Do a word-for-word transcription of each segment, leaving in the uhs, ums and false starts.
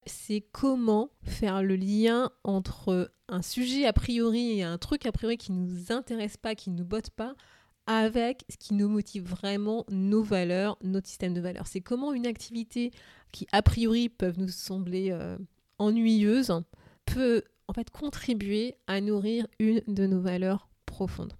C'est comment faire le lien entre un sujet a priori et un truc a priori qui ne nous intéresse pas, qui ne nous botte pas, avec ce qui nous motive vraiment, nos valeurs, notre système de valeurs. C'est comment une activité qui a priori peuvent nous sembler euh, ennuyeuse peut en fait contribuer à nourrir une de nos valeurs profondes.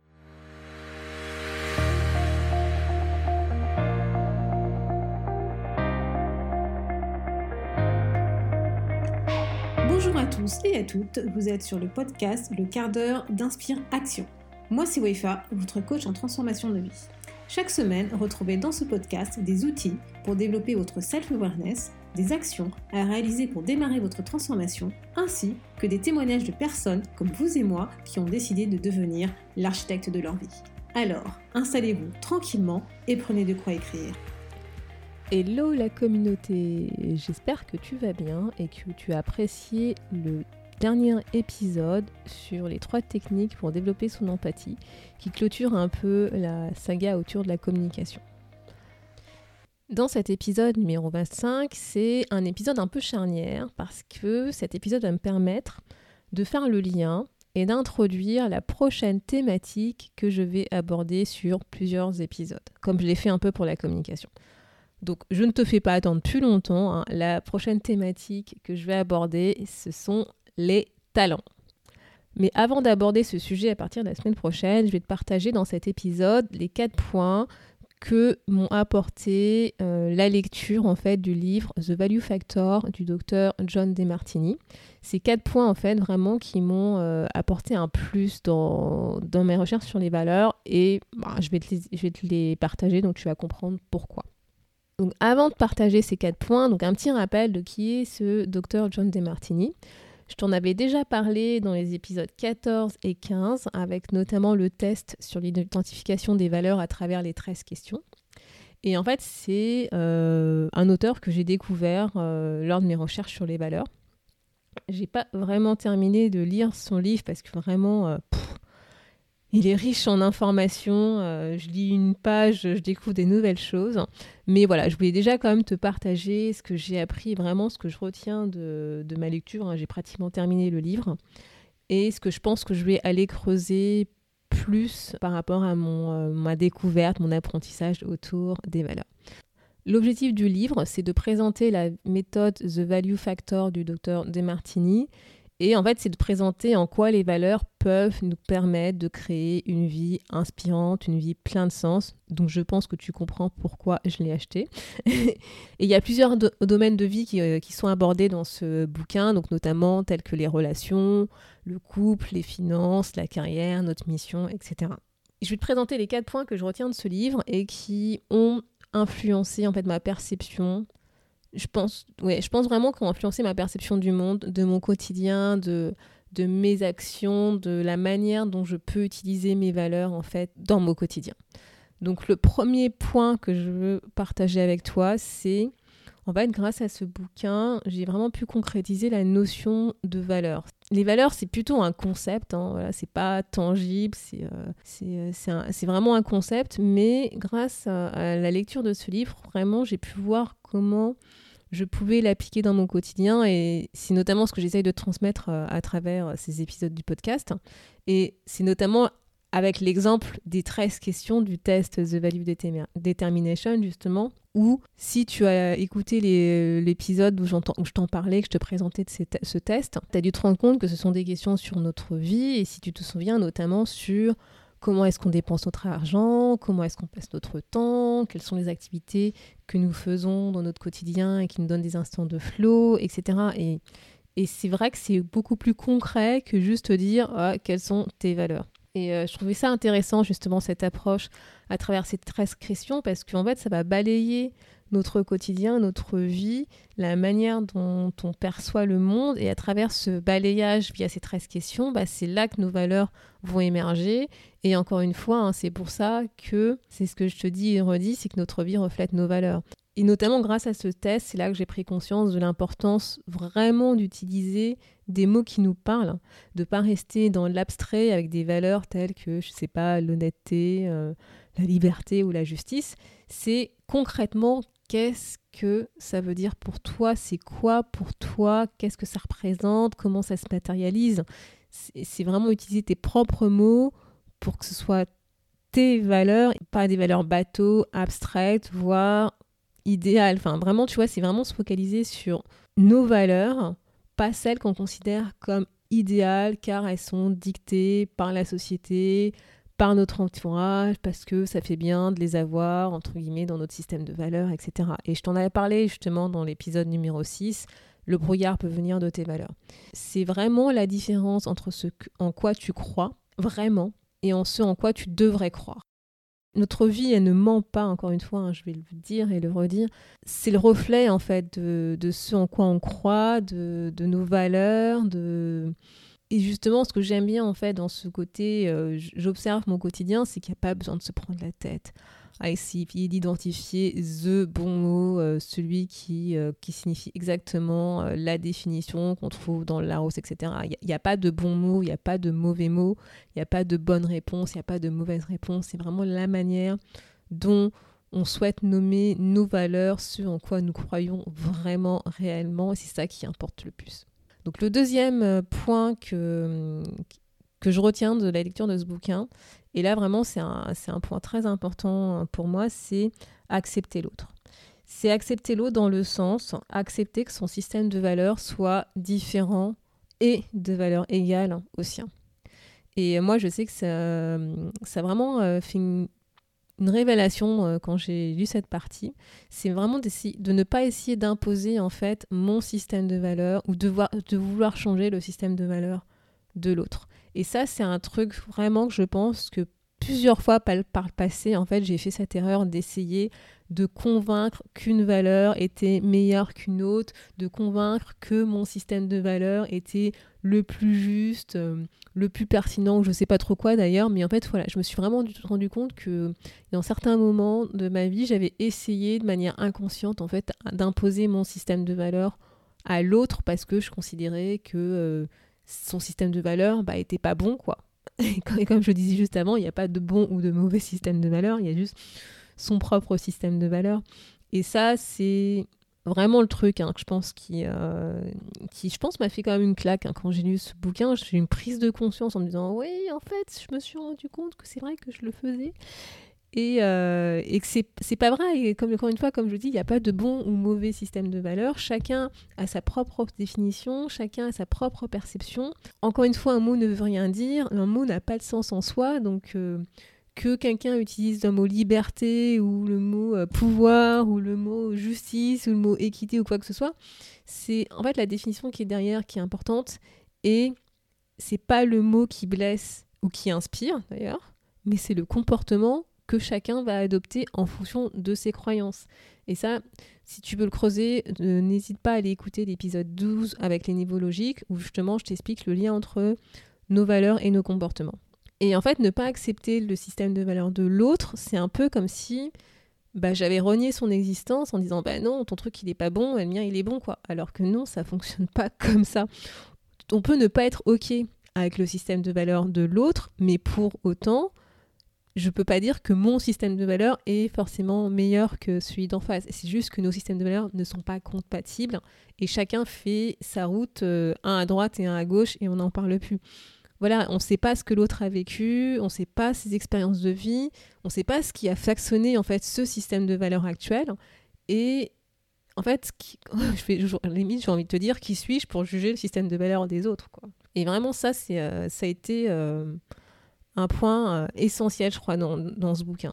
Bonjour à tous et à toutes, vous êtes sur le podcast Le quart d'heure d'Inspire Action. Moi c'est Weifa, votre coach en transformation de vie. Chaque semaine, retrouvez dans ce podcast des outils pour développer votre self-awareness, des actions à réaliser pour démarrer votre transformation, ainsi que des témoignages de personnes comme vous et moi qui ont décidé de devenir l'architecte de leur vie. Alors, installez-vous tranquillement et prenez de quoi écrire. Hello la communauté, j'espère que tu vas bien et que tu as apprécié le dernier épisode sur les trois techniques pour développer son empathie qui clôture un peu la saga autour de la communication. Dans cet épisode numéro vingt-cinq, c'est un épisode un peu charnière parce que cet épisode va me permettre de faire le lien et d'introduire la prochaine thématique que je vais aborder sur plusieurs épisodes, comme je l'ai fait un peu pour la communication. Donc, je ne te fais pas attendre plus longtemps. Hein. La prochaine thématique que je vais aborder, ce sont les talents. Mais avant d'aborder ce sujet à partir de la semaine prochaine, je vais te partager dans cet épisode les quatre points que m'ont apporté euh, la lecture en fait du livre The Value Factor du docteur John Demartini. Ces quatre points en fait vraiment qui m'ont euh, apporté un plus dans, dans mes recherches sur les valeurs et bah, je vais te les, je vais te les partager, donc tu vas comprendre pourquoi. Donc avant de partager ces quatre points, donc un petit rappel de qui est ce docteur John Demartini. Je t'en avais déjà parlé dans les épisodes quatorze et quinze, avec notamment le test sur l'identification des valeurs à travers les treize questions. Et en fait, c'est euh, un auteur que j'ai découvert euh, lors de mes recherches sur les valeurs. J'ai pas vraiment terminé de lire son livre parce que vraiment... Euh, pff, il est riche en informations, euh, je lis une page, je découvre des nouvelles choses. Mais voilà, je voulais déjà quand même te partager ce que j'ai appris, vraiment ce que je retiens de, de ma lecture. Hein. J'ai pratiquement terminé le livre. Et ce que je pense que je vais aller creuser plus par rapport à mon, euh, ma découverte, mon apprentissage autour des valeurs. L'objectif du livre, c'est de présenter la méthode The Value Factor du docteur Demartini. Et en fait, c'est de présenter en quoi les valeurs peuvent nous permettre de créer une vie inspirante, une vie pleine de sens. Donc, je pense que tu comprends pourquoi je l'ai acheté. Et il y a plusieurs do- domaines de vie qui, euh, qui sont abordés dans ce bouquin, donc notamment tels que les relations, le couple, les finances, la carrière, notre mission, et cetera. Et je vais te présenter les quatre points que je retiens de ce livre et qui ont influencé en fait ma perception. Je pense, ouais, je pense vraiment qu'ont influencé ma perception du monde, de mon quotidien, de, de mes actions, de la manière dont je peux utiliser mes valeurs en fait dans mon quotidien. Donc le premier point que je veux partager avec toi, c'est en fait grâce à ce bouquin, j'ai vraiment pu concrétiser la notion de valeur. Les valeurs, c'est plutôt un concept, hein, voilà, c'est pas tangible, c'est, euh, c'est, c'est, un, c'est vraiment un concept, mais grâce à, à la lecture de ce livre, vraiment j'ai pu voir comment je pouvais l'appliquer dans mon quotidien et c'est notamment ce que j'essaye de transmettre à travers ces épisodes du podcast. Et c'est notamment avec l'exemple des treize questions du test The Value Determination, justement, où si tu as écouté les, l'épisode où, où je t'en parlais, que je te présentais de ces te- ce test, tu as dû te rendre compte que ce sont des questions sur notre vie et si tu te souviens notamment sur comment est-ce qu'on dépense notre argent, comment est-ce qu'on passe notre temps, quelles sont les activités que nous faisons dans notre quotidien et qui nous donnent des instants de flow, et cetera. Et, et c'est vrai que c'est beaucoup plus concret que juste dire ah, quelles sont tes valeurs. Et euh, je trouvais ça intéressant justement cette approche à travers ces treize questions parce qu'en fait ça va balayer notre quotidien, notre vie, la manière dont on perçoit le monde et à travers ce balayage via ces treize questions, bah, c'est là que nos valeurs vont émerger et encore une fois, hein, c'est pour ça que c'est ce que je te dis et redis, c'est que notre vie reflète nos valeurs. Et notamment grâce à ce test, c'est là que j'ai pris conscience de l'importance vraiment d'utiliser des mots qui nous parlent, de ne pas rester dans l'abstrait avec des valeurs telles que, je ne sais pas, l'honnêteté, euh, la liberté ou la justice. C'est concrètement qu'est-ce que ça veut dire pour toi, c'est quoi pour toi, qu'est-ce que ça représente, comment ça se matérialise. C'est, c'est vraiment utiliser tes propres mots pour que ce soit tes valeurs, pas des valeurs bateaux, abstraites, voire idéales. Enfin, vraiment, tu vois, c'est vraiment se focaliser sur nos valeurs, pas celles qu'on considère comme idéales, car elles sont dictées par la société, par notre entourage, parce que ça fait bien de les avoir, entre guillemets, dans notre système de valeurs, et cetera. Et je t'en avais parlé justement dans l'épisode numéro six, le brouillard peut venir de tes valeurs. C'est vraiment la différence entre ce en quoi tu crois, vraiment, et en ce en quoi tu devrais croire. Notre vie, elle ne ment pas, encore une fois, hein, je vais le dire et le redire. C'est le reflet, en fait, de, de ce en quoi on croit, de, de nos valeurs, de... Et justement, ce que j'aime bien, en fait, dans ce côté, euh, j'observe mon quotidien, c'est qu'il n'y a pas besoin de se prendre la tête à essayer d'identifier the bon mot, euh, celui qui, euh, qui signifie exactement euh, la définition qu'on trouve dans le Larousse, et cetera. Il n'y a, a pas de bon mot, il n'y a pas de mauvais mots, il n'y a pas de bonne réponse, il n'y a pas de mauvaise réponse. C'est vraiment la manière dont on souhaite nommer nos valeurs, ce en quoi nous croyons vraiment, réellement, et c'est ça qui importe le plus. Donc le deuxième point que, que je retiens de la lecture de ce bouquin, et là vraiment c'est un, c'est un point très important pour moi, c'est accepter l'autre. C'est accepter l'autre dans le sens, accepter que son système de valeurs soit différent et de valeurs égales au sien. Et moi je sais que ça, ça a vraiment fait une, une révélation quand j'ai lu cette partie, c'est vraiment de ne pas essayer d'imposer en fait mon système de valeurs ou de, voir, de vouloir changer le système de valeurs de l'autre. Et ça, c'est un truc vraiment que je pense que plusieurs fois par, par le passé, en fait, j'ai fait cette erreur d'essayer de convaincre qu'une valeur était meilleure qu'une autre, de convaincre que mon système de valeurs était le plus juste, euh, le plus pertinent, je ne sais pas trop quoi d'ailleurs, mais en fait, voilà, je me suis vraiment rendu compte que dans certains moments de ma vie, j'avais essayé de manière inconsciente, en fait, d'imposer mon système de valeurs à l'autre parce que je considérais que euh, son système de valeurs bah, était pas bon, quoi. Et comme, et comme je le disais juste avant, il n'y a pas de bon ou de mauvais système de valeurs, il y a juste son propre système de valeurs. Et ça, c'est vraiment le truc hein, que je pense qui, euh, qui, je pense, m'a fait quand même une claque. Hein. Quand j'ai lu ce bouquin, j'ai eu une prise de conscience en me disant « Oui, en fait, je me suis rendu compte que c'est vrai que je le faisais. » Et, euh, et que c'est, c'est pas vrai. Et comme, encore une fois, comme je dis, il n'y a pas de bon ou mauvais système de valeurs. Chacun a sa propre définition, chacun a sa propre perception. Encore une fois, un mot ne veut rien dire. Un mot n'a pas de sens en soi. Donc, euh, que quelqu'un utilise le mot liberté ou le mot euh, pouvoir ou le mot justice ou le mot équité ou quoi que ce soit, c'est en fait la définition qui est derrière qui est importante. Et c'est pas le mot qui blesse ou qui inspire, d'ailleurs, mais c'est le comportement que chacun va adopter en fonction de ses croyances. Et ça, si tu veux le creuser, euh, n'hésite pas à aller écouter l'épisode douze avec les niveaux logiques, où justement je t'explique le lien entre nos valeurs et nos comportements. Et en fait, ne pas accepter le système de valeurs de l'autre, c'est un peu comme si bah, j'avais renié son existence en disant bah non, ton truc il est pas bon, le mien il est bon, quoi. Alors que non, ça fonctionne pas comme ça. On peut ne pas être OK avec le système de valeurs de l'autre, mais pour autant, je peux pas dire que mon système de valeurs est forcément meilleur que celui d'en face. C'est juste que nos systèmes de valeurs ne sont pas compatibles et chacun fait sa route, euh, un à droite et un à gauche, et on n'en parle plus. Voilà, on ne sait pas ce que l'autre a vécu, on ne sait pas ses expériences de vie, on ne sait pas ce qui a façonné en fait ce système de valeurs actuel. Et en fait, qui, je fais, je, limite, j'ai envie de te dire, qui suis-je pour juger le système de valeurs des autres, quoi. Et vraiment, ça, c'est, euh, ça a été euh, un point euh, essentiel, je crois, dans, dans ce bouquin.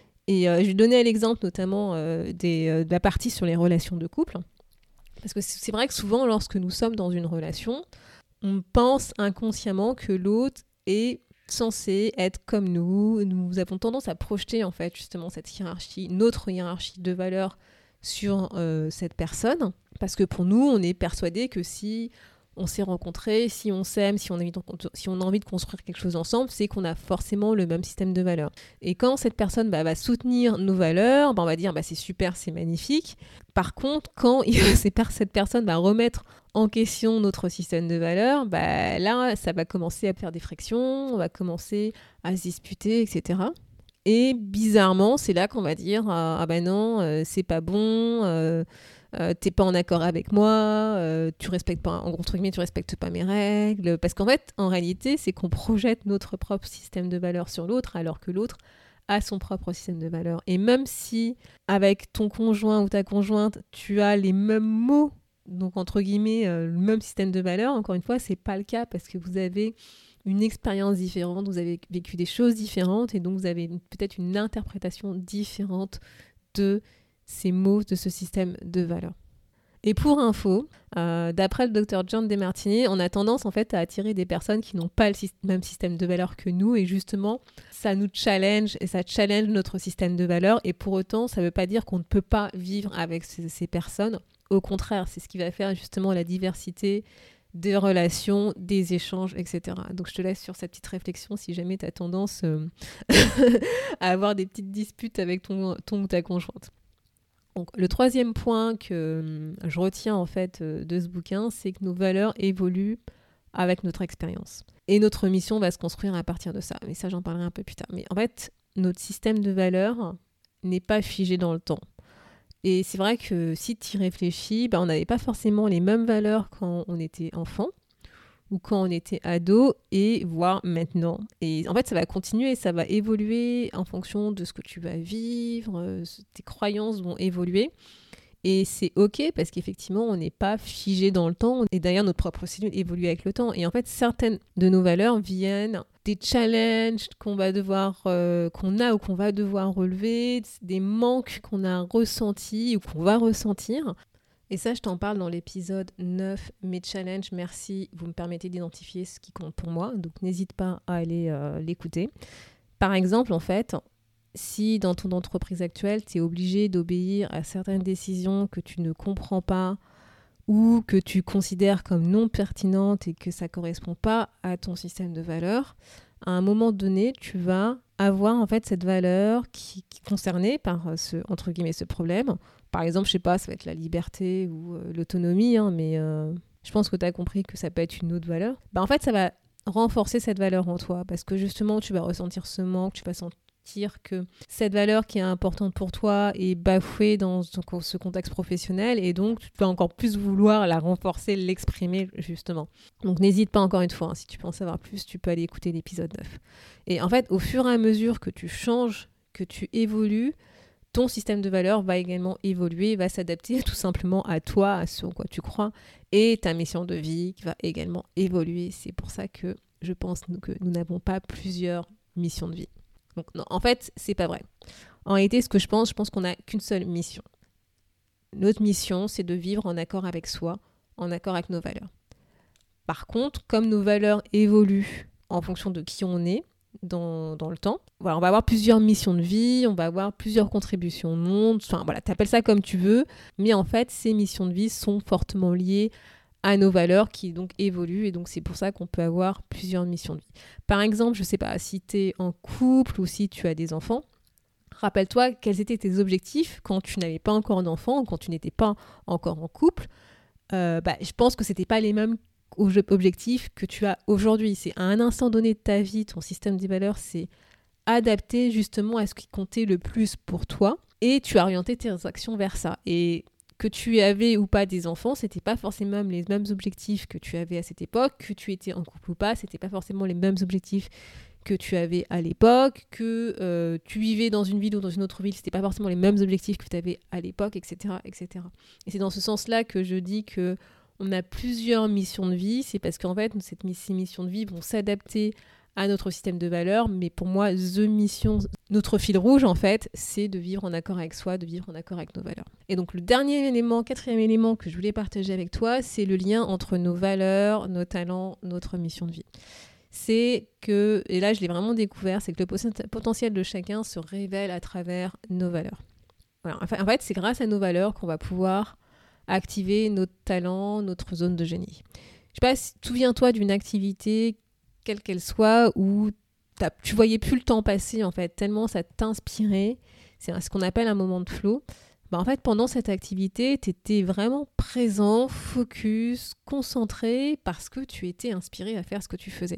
Et euh, je vais donner l'exemple notamment euh, des, euh, de la partie sur les relations de couple. Parce que c'est, c'est vrai que souvent, lorsque nous sommes dans une relation, on pense inconsciemment que l'autre est censé être comme nous. Nous avons tendance à projeter, en fait, justement, cette hiérarchie, notre hiérarchie de valeurs sur euh, cette personne. Parce que pour nous, on est persuadé que si on s'est rencontrés, si on s'aime, si on, a envie de, si on a envie de construire quelque chose ensemble, c'est qu'on a forcément le même système de valeurs. Et quand cette personne bah, va soutenir nos valeurs, bah, on va dire bah, c'est super, c'est magnifique. Par contre, quand cette personne va remettre en question notre système de valeurs, bah, là, ça va commencer à faire des frictions, on va commencer à se disputer, et cetera. Et bizarrement, c'est là qu'on va dire « Ah ben non, euh, c'est pas bon, euh, euh, t'es pas en accord avec moi, euh, tu respectes pas, en gros, entre guillemets, tu respectes pas mes règles. » Parce qu'en fait, en réalité, c'est qu'on projette notre propre système de valeurs sur l'autre, alors que l'autre a son propre système de valeurs. Et même si, avec ton conjoint ou ta conjointe, tu as les mêmes mots, donc entre guillemets, euh, le même système de valeurs, encore une fois, c'est pas le cas parce que vous avez une expérience différente, vous avez vécu des choses différentes et donc vous avez une, peut-être une interprétation différente de ces mots, de ce système de valeurs. Et pour info, euh, d'après le docteur John Demartini, on a tendance en fait à attirer des personnes qui n'ont pas le sy- même système de valeurs que nous et justement, ça nous challenge et ça challenge notre système de valeurs et pour autant, ça ne veut pas dire qu'on ne peut pas vivre avec ces, ces personnes. Au contraire, c'est ce qui va faire justement la diversité des relations, des échanges, et cetera. Donc je te laisse sur cette petite réflexion si jamais tu as tendance euh, à avoir des petites disputes avec ton, ton ou ta conjointe. Donc, le troisième point que euh, je retiens en fait euh, de ce bouquin, c'est que nos valeurs évoluent avec notre expérience. Et notre mission va se construire à partir de ça. Mais ça, j'en parlerai un peu plus tard. Mais en fait, notre système de valeurs n'est pas figé dans le temps. Et c'est vrai que si tu y réfléchis, bah, on n'avait pas forcément les mêmes valeurs quand on était enfant ou quand on était ado et voire maintenant. Et en fait, ça va continuer, ça va évoluer en fonction de ce que tu vas vivre, euh, tes croyances vont évoluer. Et c'est OK parce qu'effectivement, on n'est pas figé dans le temps. Et d'ailleurs, notre propre cellule évolue avec le temps. Et en fait, certaines de nos valeurs viennent des challenges qu'on va devoir, euh, qu'on a ou qu'on va devoir relever, des manques qu'on a ressentis ou qu'on va ressentir. Et ça, je t'en parle dans l'épisode neuf, mes challenges, merci, vous me permettez d'identifier ce qui compte pour moi. Donc, n'hésite pas à aller euh, l'écouter. Par exemple, en fait, si dans ton entreprise actuelle, tu es obligé d'obéir à certaines décisions que tu ne comprends pas ou que tu considères comme non pertinentes et que ça ne correspond pas à ton système de valeurs, à un moment donné, tu vas avoir en fait cette valeur qui, qui est concernée par ce, entre guillemets, ce problème. Par exemple, je sais pas, ça va être la liberté ou euh, l'autonomie, hein, mais euh, je pense que tu as compris que ça peut être une autre valeur. Bah, en fait, ça va renforcer cette valeur en toi parce que justement, tu vas ressentir ce manque, tu vas sentir que cette valeur qui est importante pour toi est bafouée dans ce contexte professionnel et donc tu vas encore plus vouloir la renforcer, l'exprimer justement. Donc n'hésite pas encore une fois, hein, si tu peux en savoir plus, tu peux aller écouter l'épisode neuf. Et en fait, au fur et à mesure que tu changes, que tu évolues, ton système de valeurs va également évoluer, va s'adapter tout simplement à toi, à ce en quoi tu crois, et ta mission de vie qui va également évoluer. C'est pour ça que je pense que nous n'avons pas plusieurs missions de vie. Donc, non, en fait, c'est pas vrai. En réalité, ce que je pense, je pense qu'on n'a qu'une seule mission. Notre mission, c'est de vivre en accord avec soi, en accord avec nos valeurs. Par contre, comme nos valeurs évoluent en fonction de qui on est dans, dans le temps, voilà, on va avoir plusieurs missions de vie, on va avoir plusieurs contributions au monde, enfin voilà, t'appelles ça comme tu veux, mais en fait, ces missions de vie sont fortement liées à nos valeurs qui donc évoluent et donc c'est pour ça qu'on peut avoir plusieurs missions de vie. Par exemple, je sais pas, si tu es en couple ou si tu as des enfants, rappelle-toi quels étaient tes objectifs quand tu n'avais pas encore d'enfants ou quand tu n'étais pas encore en couple. Euh, bah, je pense que c'était pas les mêmes objectifs que tu as aujourd'hui. C'est à un instant donné de ta vie, ton système de valeurs s'est adapté justement à ce qui comptait le plus pour toi et tu as orienté tes actions vers ça. Et que tu avais ou pas des enfants, c'était pas forcément les mêmes objectifs que tu avais à cette époque, que tu étais en couple ou pas, c'était pas forcément les mêmes objectifs que tu avais à l'époque, que euh, tu vivais dans une ville ou dans une autre ville, c'était pas forcément les mêmes objectifs que tu avais à l'époque, et cetera, et cetera. Et c'est dans ce sens-là que je dis que on a plusieurs missions de vie, c'est parce qu'en fait, cette, ces missions de vie vont s'adapter à notre système de valeurs, mais pour moi, the mission, notre fil rouge, en fait, c'est de vivre en accord avec soi, de vivre en accord avec nos valeurs. Et donc, le dernier élément, quatrième élément que je voulais partager avec toi, c'est le lien entre nos valeurs, nos talents, notre mission de vie. C'est que, et là, je l'ai vraiment découvert, c'est que le potentiel de chacun se révèle à travers nos valeurs. Voilà. En fait, c'est grâce à nos valeurs qu'on va pouvoir activer notre talent, notre zone de génie. Je sais pas, souviens-toi d'une activité quelle qu'elle soit, où tu voyais plus le temps passer, en fait, tellement ça t'inspirait. C'est ce qu'on appelle un moment de flow. Bah, en fait, pendant cette activité, tu étais vraiment présent, focus, concentré, parce que tu étais inspiré à faire ce que tu faisais.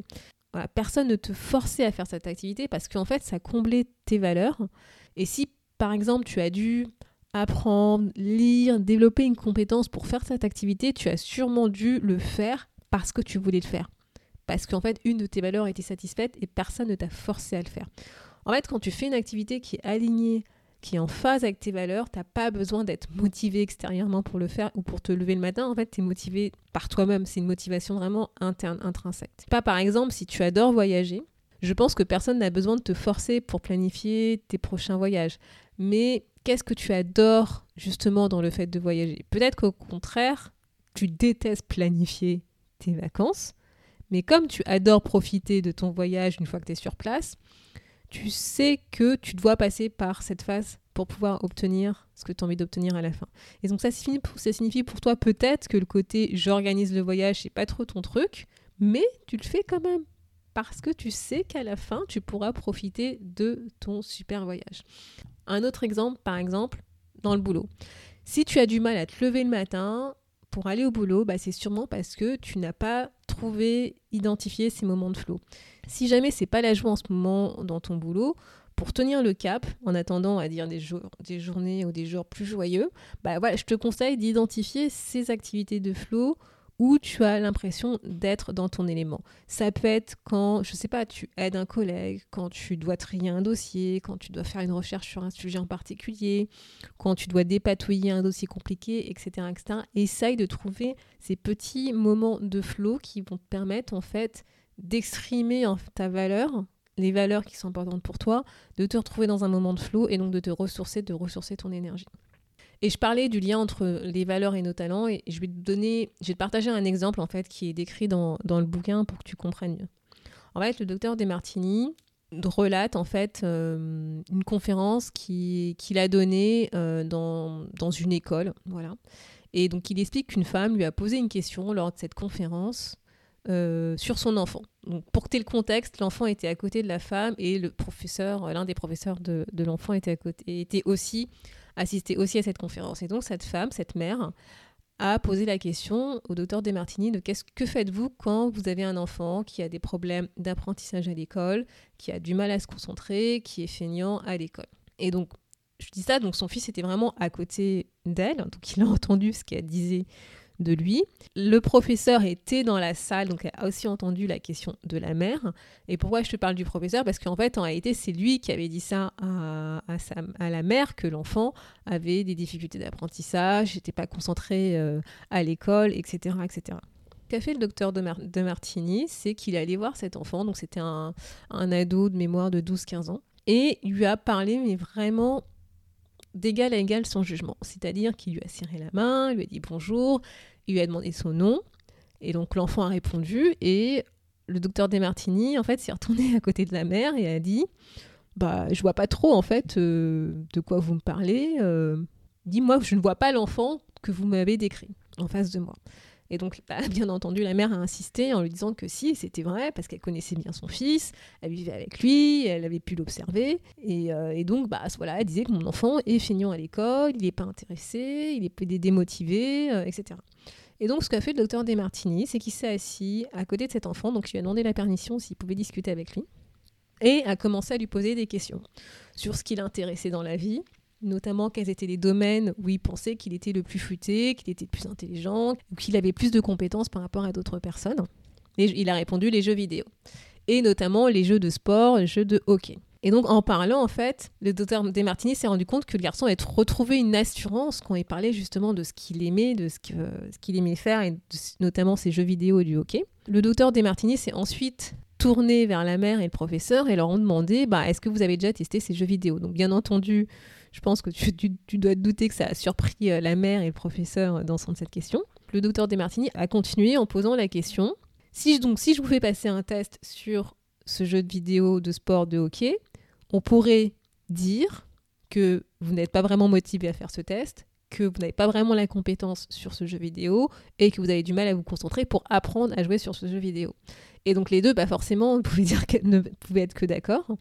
voilà, personne ne te forçait à faire cette activité parce qu'en fait, ça comblait tes valeurs. Et si, par exemple, tu as dû apprendre, lire, développer une compétence pour faire cette activité, tu as sûrement dû le faire parce que tu voulais le faire. Parce qu'en fait, une de tes valeurs était satisfaite et personne ne t'a forcé à le faire. En fait, quand tu fais une activité qui est alignée, qui est en phase avec tes valeurs, tu n'as pas besoin d'être motivé extérieurement pour le faire ou pour te lever le matin. En fait, tu es motivé par toi-même. C'est une motivation vraiment interne, intrinsèque. Pas par exemple, si tu adores voyager, je pense que personne n'a besoin de te forcer pour planifier tes prochains voyages. Mais qu'est-ce que tu adores justement dans le fait de voyager ? Peut-être qu'au contraire, tu détestes planifier tes vacances, mais comme tu adores profiter de ton voyage une fois que tu es sur place, tu sais que tu dois passer par cette phase pour pouvoir obtenir ce que tu as envie d'obtenir à la fin. Et donc ça signifie, ça signifie pour toi peut-être que le côté « j'organise le voyage », c'est pas trop ton truc, mais tu le fais quand même. Parce que tu sais qu'à la fin, tu pourras profiter de ton super voyage. Un autre exemple, par exemple, dans le boulot. Si tu as du mal à te lever le matin pour aller au boulot, bah c'est sûrement parce que tu n'as pas trouvé, identifié ces moments de flow. Si jamais c'est pas la joie en ce moment dans ton boulot, pour tenir le cap, en attendant à dire des, jours, des journées ou des jours plus joyeux, bah voilà, je te conseille d'identifier ces activités de flow où tu as l'impression d'être dans ton élément. Ça peut être quand, je sais pas, tu aides un collègue, quand tu dois trier un dossier, quand tu dois faire une recherche sur un sujet en particulier, quand tu dois dépatouiller un dossier compliqué, et cetera, et cetera. Essaye de trouver ces petits moments de flow qui vont te permettre en fait d'exprimer en ta valeur, les valeurs qui sont importantes pour toi, de te retrouver dans un moment de flow et donc de te ressourcer, de ressourcer ton énergie. Et je parlais du lien entre les valeurs et nos talents et je vais te donner, je vais te partager un exemple en fait qui est décrit dans, dans le bouquin pour que tu comprennes mieux. En fait, le docteur Demartini relate en fait euh, une conférence qui, qu'il a donnée euh, dans, dans une école, voilà. Et donc il explique qu'une femme lui a posé une question lors de cette conférence euh, sur son enfant. Donc pour que tu aies le contexte, l'enfant était à côté de la femme et le professeur, l'un des professeurs de, de l'enfant était à côté, était aussi assistait aussi à cette conférence. Et donc cette femme, cette mère, a posé la question au docteur Demartini de qu'est-ce que faites-vous quand vous avez un enfant qui a des problèmes d'apprentissage à l'école, qui a du mal à se concentrer, qui est feignant à l'école. Et donc, je dis ça, donc son fils était vraiment à côté d'elle, donc il a entendu ce qu'elle disait de lui. Le professeur était dans la salle, donc a aussi entendu la question de la mère. Et pourquoi je te parle du professeur ? Parce qu'en fait, en réalité, c'est lui qui avait dit ça à, à, sa, à la mère, que l'enfant avait des difficultés d'apprentissage, n'était pas concentré euh, à l'école, et cetera, et cetera. Ce qu'a fait le docteur de, Mar- de Martini, c'est qu'il est allé voir cet enfant, donc c'était un, un ado de mémoire de douze quinze ans, et il lui a parlé, mais vraiment d'égal à égal sans jugement. C'est-à-dire qu'il lui a serré la main, il lui a dit bonjour, il lui a demandé son nom, et donc l'enfant a répondu, et le docteur Demartini, en fait, s'est retourné à côté de la mère et a dit « Bah, je vois pas trop, en fait, euh, de quoi vous me parlez. Euh, dis-moi, je ne vois pas l'enfant que vous m'avez décrit en face de moi. » Et donc, bah, bien entendu, la mère a insisté en lui disant que si, c'était vrai, parce qu'elle connaissait bien son fils, elle vivait avec lui, elle avait pu l'observer. Et, euh, et donc, bah, voilà, elle disait que mon enfant est feignant à l'école, il n'est pas intéressé, il est démotivé, euh, et cetera. Et donc, ce qu'a fait le docteur Demartini, c'est qu'il s'est assis à côté de cet enfant, donc il lui a demandé la permission s'il pouvait discuter avec lui, et a commencé à lui poser des questions sur ce qui l'intéressait dans la vie, notamment quels étaient les domaines où il pensait qu'il était le plus futé, qu'il était le plus intelligent, ou qu'il avait plus de compétences par rapport à d'autres personnes. Et il a répondu les jeux vidéo, et notamment les jeux de sport, les jeux de hockey. Et donc, en parlant, en fait, le docteur Demartini s'est rendu compte que le garçon avait retrouvé une assurance quand il parlait justement de ce qu'il aimait, de ce, que, ce qu'il aimait faire, et de, notamment ses jeux vidéo et du hockey. Le docteur Demartini s'est ensuite tourné vers la mère et le professeur et leur ont demandé bah, « Est-ce que vous avez déjà testé ces jeux vidéo ?» Donc, bien entendu, je pense que tu, tu, tu dois te douter que ça a surpris la mère et le professeur d'entendre cette question. Le docteur Demartini a continué en posant la question « si, donc, si je vous fais passer un test sur ce jeu de vidéo, de sport, de hockey, on pourrait dire que vous n'êtes pas vraiment motivé à faire ce test, que vous n'avez pas vraiment la compétence sur ce jeu vidéo et que vous avez du mal à vous concentrer pour apprendre à jouer sur ce jeu vidéo. » Et donc les deux, bah forcément, vous pouvez dire que ne pouvaient être que d'accord.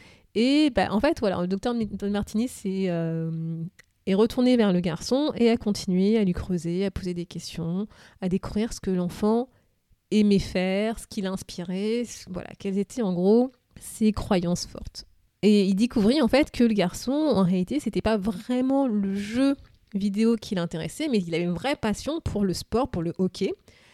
Et bah, en fait, voilà, le docteur Demartini s'est, euh, est retourné vers le garçon et a continué à lui creuser, à poser des questions, à découvrir ce que l'enfant aimait faire, ce qui l'inspirait, voilà, quelles étaient en gros ses croyances fortes. Et il découvrit en fait que le garçon, en réalité, c'était pas vraiment le jeu vidéo qui l'intéressait, mais il avait une vraie passion pour le sport, pour le hockey,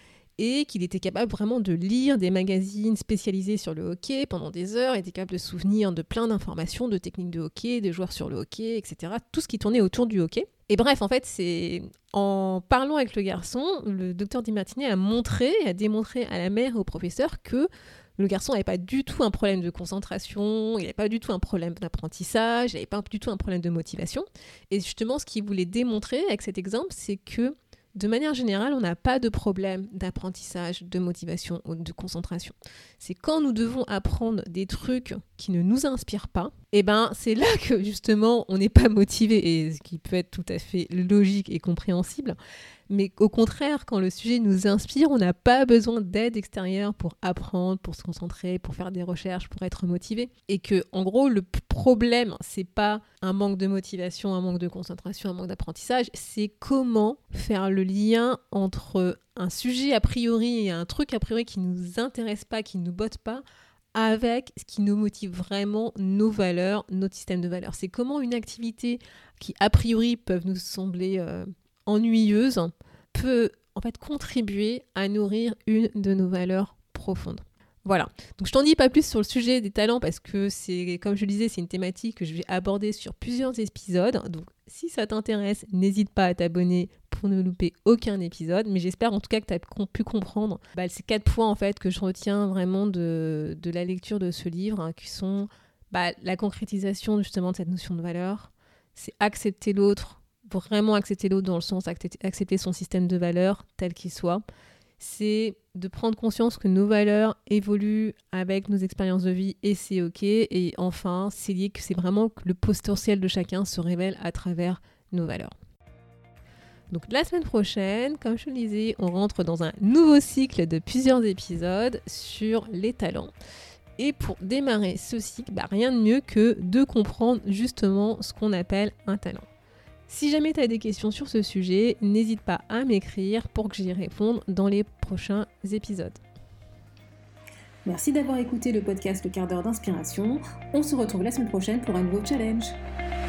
et qu'il était capable vraiment de lire des magazines spécialisés sur le hockey pendant des heures, il était capable de se souvenir de plein d'informations, de techniques de hockey, de joueurs sur le hockey, et cetera. Tout ce qui tournait autour du hockey. Et bref, en fait, c'est en parlant avec le garçon, le docteur Di Martini a montré, a démontré à la mère et au professeur que le garçon n'avait pas du tout un problème de concentration, il n'avait pas du tout un problème d'apprentissage, il n'avait pas du tout un problème de motivation. Et justement, ce qu'il voulait démontrer avec cet exemple, c'est que de manière générale, on n'a pas de problème d'apprentissage, de motivation ou de concentration. C'est quand nous devons apprendre des trucs qui ne nous inspirent pas, et ben c'est là que justement on n'est pas motivé, et ce qui peut être tout à fait logique et compréhensible. Mais au contraire, quand le sujet nous inspire, on n'a pas besoin d'aide extérieure pour apprendre, pour se concentrer, pour faire des recherches, pour être motivé. Et que, en gros, le problème, c'est pas un manque de motivation, un manque de concentration, un manque d'apprentissage, c'est comment faire le lien entre un sujet a priori et un truc a priori qui nous intéresse pas, qui nous botte pas, avec ce qui nous motive vraiment, nos valeurs, notre système de valeurs. C'est comment une activité qui a priori peuvent nous sembler euh, ennuyeuse peut en fait contribuer à nourrir une de nos valeurs profondes. Voilà, donc je t'en dis pas plus sur le sujet des talents parce que c'est, comme je le disais, c'est une thématique que je vais aborder sur plusieurs épisodes. Donc si ça t'intéresse, n'hésite pas à t'abonner pour ne louper aucun épisode. Mais j'espère en tout cas que tu as pu comprendre bah, ces quatre points en fait que je retiens vraiment de, de la lecture de ce livre, hein, qui sont bah, la concrétisation justement de cette notion de valeur, c'est accepter l'autre, vraiment accepter l'autre dans le sens accepter son système de valeurs tel qu'il soit. C'est de prendre conscience que nos valeurs évoluent avec nos expériences de vie et c'est ok. Et enfin, c'est lié que c'est vraiment que le potentiel de chacun se révèle à travers nos valeurs. Donc la semaine prochaine, comme je le disais, on rentre dans un nouveau cycle de plusieurs épisodes sur les talents. Et pour démarrer ce cycle, bah, rien de mieux que de comprendre justement ce qu'on appelle un talent. Si jamais tu as des questions sur ce sujet, n'hésite pas à m'écrire pour que j'y réponde dans les prochains épisodes. Merci d'avoir écouté le podcast Le Quart d'heure d'inspiration. On se retrouve la semaine prochaine pour un nouveau challenge.